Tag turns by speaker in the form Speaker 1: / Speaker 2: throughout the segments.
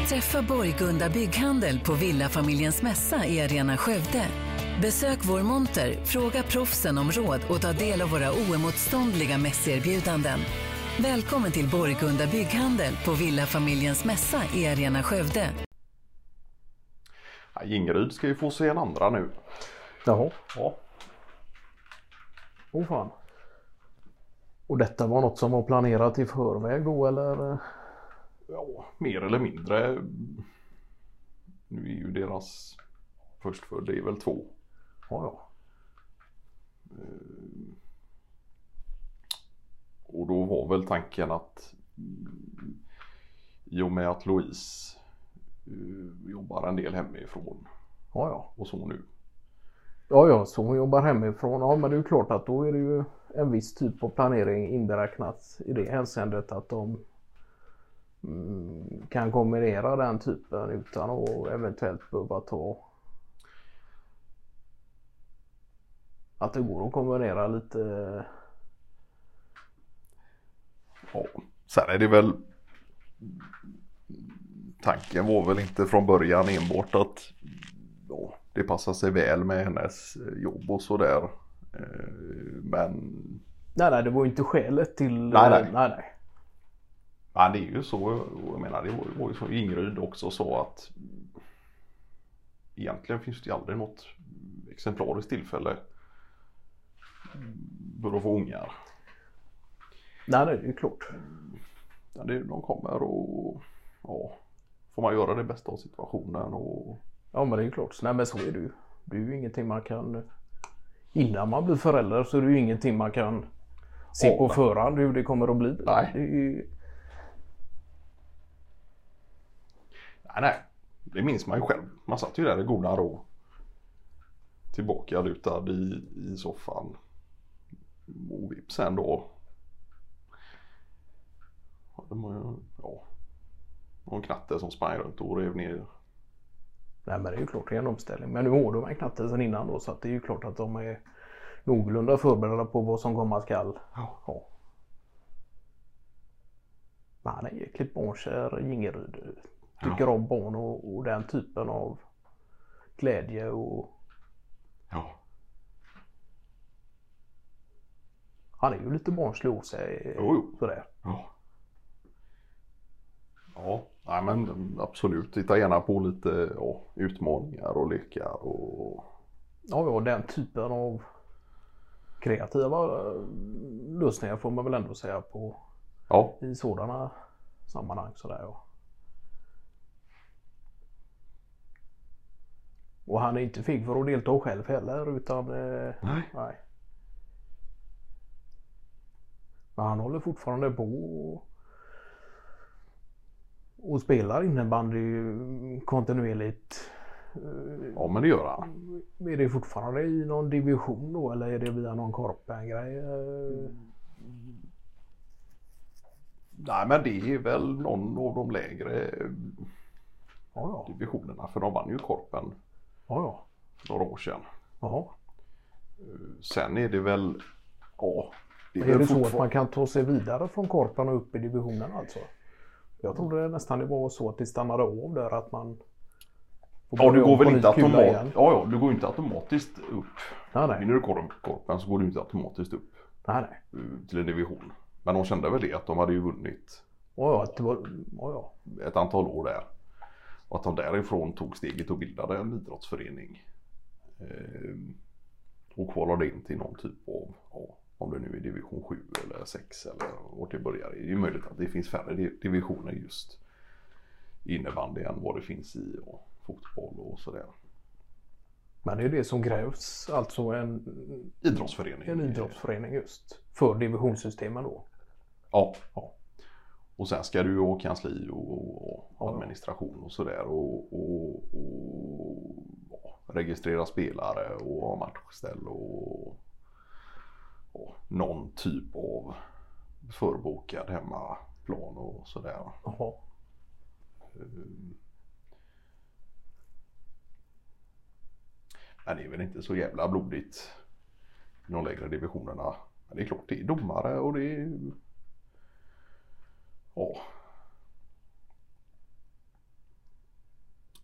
Speaker 1: Träffa Borgunda Bygghandel på Villafamiljens mässa i Arena Skövde. Besök vår monter, fråga proffsen om råd och ta del av våra oemotståndliga mässerbjudanden. Välkommen till Borgunda Bygghandel på Villafamiljens mässa i Arena Skövde.
Speaker 2: Ja, Gingeryd ska ju få se en andra nu.
Speaker 3: Jaha.
Speaker 2: Ja.
Speaker 3: Åh fan. Och detta var något som var planerat i förväg då eller?
Speaker 2: Ja, mer eller mindre. Nu är ju deras förstfödda, det är väl 2.
Speaker 3: Ja.
Speaker 2: Och då var väl tanken att i och med att Louise jobbar en del hemifrån.
Speaker 3: Ja.
Speaker 2: Och så nu.
Speaker 3: Ja, så hon jobbar hemifrån. Ja, men det är ju klart att då är det ju en viss typ av planering inberäknat i det hänseendet att de kan kombinera den typen utan att eventuellt behöva ta att det går att kombinera lite.
Speaker 2: Ja, sen är det väl tanken var väl inte från början enbart att det passar sig väl med hennes jobb och sådär. Men
Speaker 3: Nej, det var ju inte skälet till.
Speaker 2: Nej. Ja, det är ju så, jag menar det var ju så Ingrid också sa att egentligen finns det aldrig något exemplariskt tillfälle för att få ungar.
Speaker 3: Nej, det är ju klart.
Speaker 2: Ja, de kommer och får man göra det bästa av situationen och...
Speaker 3: Ja, men det är ju klart. Nej, men så är det ju. Det är ju ingenting man kan, innan man blir förälder så är det ju ingenting man kan se på förhand hur det kommer att bli.
Speaker 2: Nej.
Speaker 3: Det är ju...
Speaker 2: Nej, det minns man ju själv. Man satt ju där i goda ro. Tillbaka lutad i soffan. Och vips sen då. Någon knatte som sprang runt och rev ner.
Speaker 3: Nej, men det är ju klart det är en omställning. Men nu har de en knatte sedan innan då så att det är ju klart att de är någorlunda förberedda på vad som komma skall. Ja. Men han är jäkligt barnkär, Gingeryd. Tycker om barn och den typen av glädje och...
Speaker 2: Ja.
Speaker 3: Han är ju lite barnslig hos sig.
Speaker 2: Jo.
Speaker 3: Sådär.
Speaker 2: Ja, nej men absolut. Titta gärna på lite utmaningar och lekar och...
Speaker 3: Ja, den typen av kreativa lösningar får man väl ändå säga på i sådana sammanhang sådär ja. Och han är inte fig för att delta själv heller utan nej. Men han håller fortfarande på och spelar innebandy kontinuerligt.
Speaker 2: Ja, men det gör han.
Speaker 3: Är det fortfarande i någon division då eller är det via någon korpen-grej?
Speaker 2: Nej, men det är väl någon av de lägre divisionerna. För de vann ju korpen några år sedan.
Speaker 3: Ja.
Speaker 2: Sen är det väl...
Speaker 3: är det så att man kan ta sig vidare från korpen och upp i divisionen alltså? Jag trodde det nästan det var så att det stannade av där att man...
Speaker 2: du går väl inte automatiskt... du går inte automatiskt upp.
Speaker 3: Nej.
Speaker 2: Vinner du korpen så går du inte automatiskt upp.
Speaker 3: Nej.
Speaker 2: Till en division. Men de kände väl det att de hade ju vunnit ett antal år där. Och att de därifrån tog steget och bildade en idrottsförening. Och kvalade in till någon typ av, om det nu är division 7 eller 6 eller vart det börjar. Det är ju möjligt att det finns färre divisioner just innebandy än vad det finns i fotboll och sådär.
Speaker 3: Men det är det som krävs, alltså en
Speaker 2: idrottsförening.
Speaker 3: En idrottsförening just för divisionssystemen då.
Speaker 2: Ja. Och sen ska du ha kansli och administration och sådär och registrera spelare och ha matchställ och någon typ av förbokad hemmaplan och sådär. Men det är väl inte så jävla blodigt i de lägre divisionerna. Men det är klart, det är domare och det är...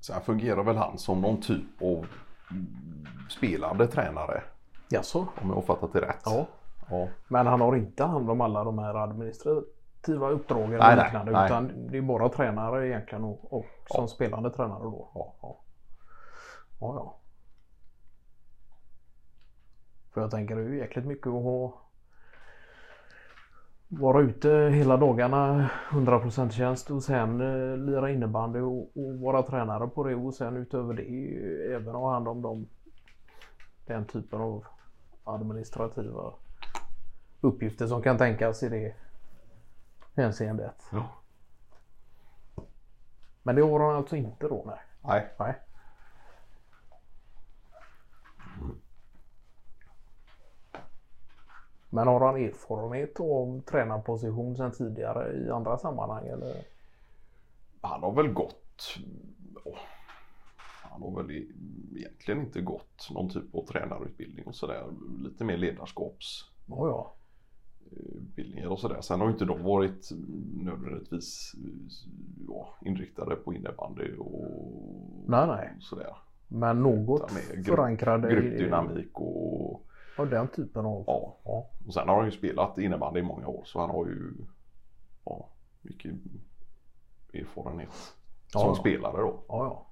Speaker 2: Sen fungerar väl han som någon typ av spelande tränare.
Speaker 3: Jaså?
Speaker 2: Om jag har fattat det rätt.
Speaker 3: Ja.
Speaker 2: Ja.
Speaker 3: Men han har inte hand om alla de här administrativa uppdragen
Speaker 2: Nej,
Speaker 3: och liknande.
Speaker 2: nej.
Speaker 3: Utan det är bara tränare egentligen och som spelande tränare då.
Speaker 2: Ja.
Speaker 3: Ja. För jag tänker det är ju jäkligt mycket att vara ute hela dagarna 100% tjänst och sen lira innebandy och vara tränare på det och sen utöver det även ha hand om den typen av administrativa uppgifter som kan tänkas i det hänseendet.
Speaker 2: Ja.
Speaker 3: Men det har han alltså inte då? Nej. Men har han erfarenhet av tränarposition sedan tidigare i andra sammanhang eller?
Speaker 2: Han har väl gått... Han har väl egentligen inte gått någon typ av tränarutbildning och sådär. Lite mer ledarskapsutbildningar och sådär. Sen har inte de varit nödvändigtvis inriktade på innebandy och
Speaker 3: Nej.
Speaker 2: sådär.
Speaker 3: Men något förankrade
Speaker 2: gruppdynamik och
Speaker 3: den typen av...
Speaker 2: Ja. Och sen har han ju spelat innebandy i många år så han har ju mycket erfarenhet som spelare då.
Speaker 3: Ja.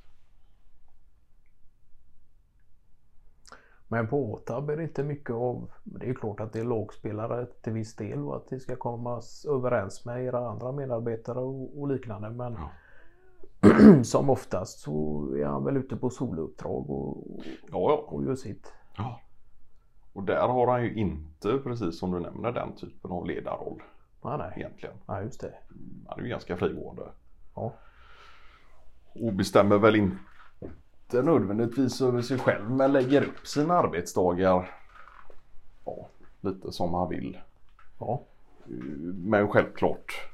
Speaker 3: Men på Åtab är det inte mycket av... Det är ju klart att det är lagspelare till viss del och att det ska komma överens med era andra medarbetare och liknande. Men som oftast så är han väl ute på solouppdrag och gör sitt.
Speaker 2: Ja. Och där har han ju inte, precis som du nämner, den typen av ledarroll.
Speaker 3: Nej.
Speaker 2: Egentligen.
Speaker 3: Ja, just det.
Speaker 2: Han är ju ganska frigående.
Speaker 3: Ja.
Speaker 2: Och bestämmer väl inte nödvändigtvis över sig själv, men lägger upp sina arbetsdagar lite som han vill.
Speaker 3: Ja.
Speaker 2: Men självklart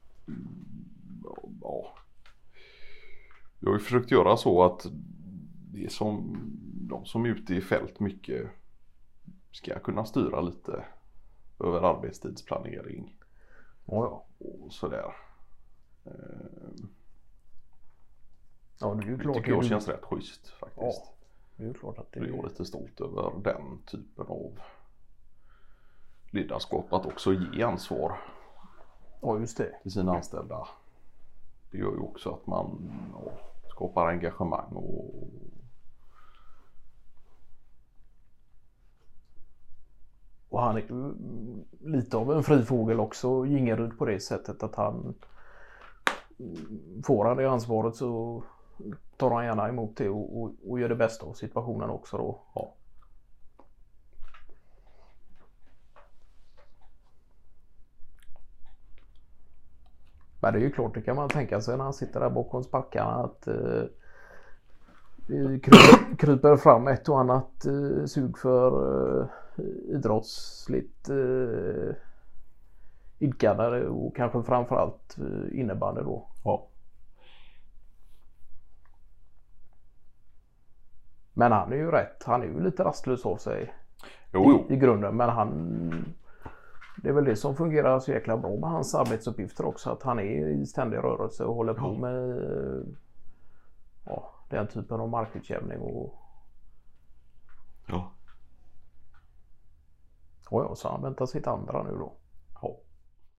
Speaker 2: jag har ju försökt göra så att det är som de som är ute i fält mycket ska kunna styra lite över arbetstidsplanering och sådär.
Speaker 3: Ja, det är ju klart.
Speaker 2: Det tycker jag känns rätt schysst faktiskt.
Speaker 3: Ja, det är ju klart att det är...
Speaker 2: Jag är lite stolt över den typen av ledarskap, att också ge ansvar till sina anställda. Det gör ju också att man skapar engagemang
Speaker 3: och han är ju lite av en frifågel också, Gingerud, på det sättet att han får han det ansvaret så tar han gärna emot det och gör det bästa av situationen också då.
Speaker 2: Ja.
Speaker 3: Men det är ju klart, det kan man tänka sig när han sitter där bakom spackarna att kryper fram ett och annat sug för idrottsligt idkande och kanske framförallt innebandy då.
Speaker 2: Ja.
Speaker 3: Men han är ju rätt, han är ju lite rastlös av sig i grunden, men det är väl det som fungerar så jäkla bra med hans arbetsuppgifter också, att han är i ständig rörelse och håller på med den typen av markutjämning och så han väntar sitt andra nu då.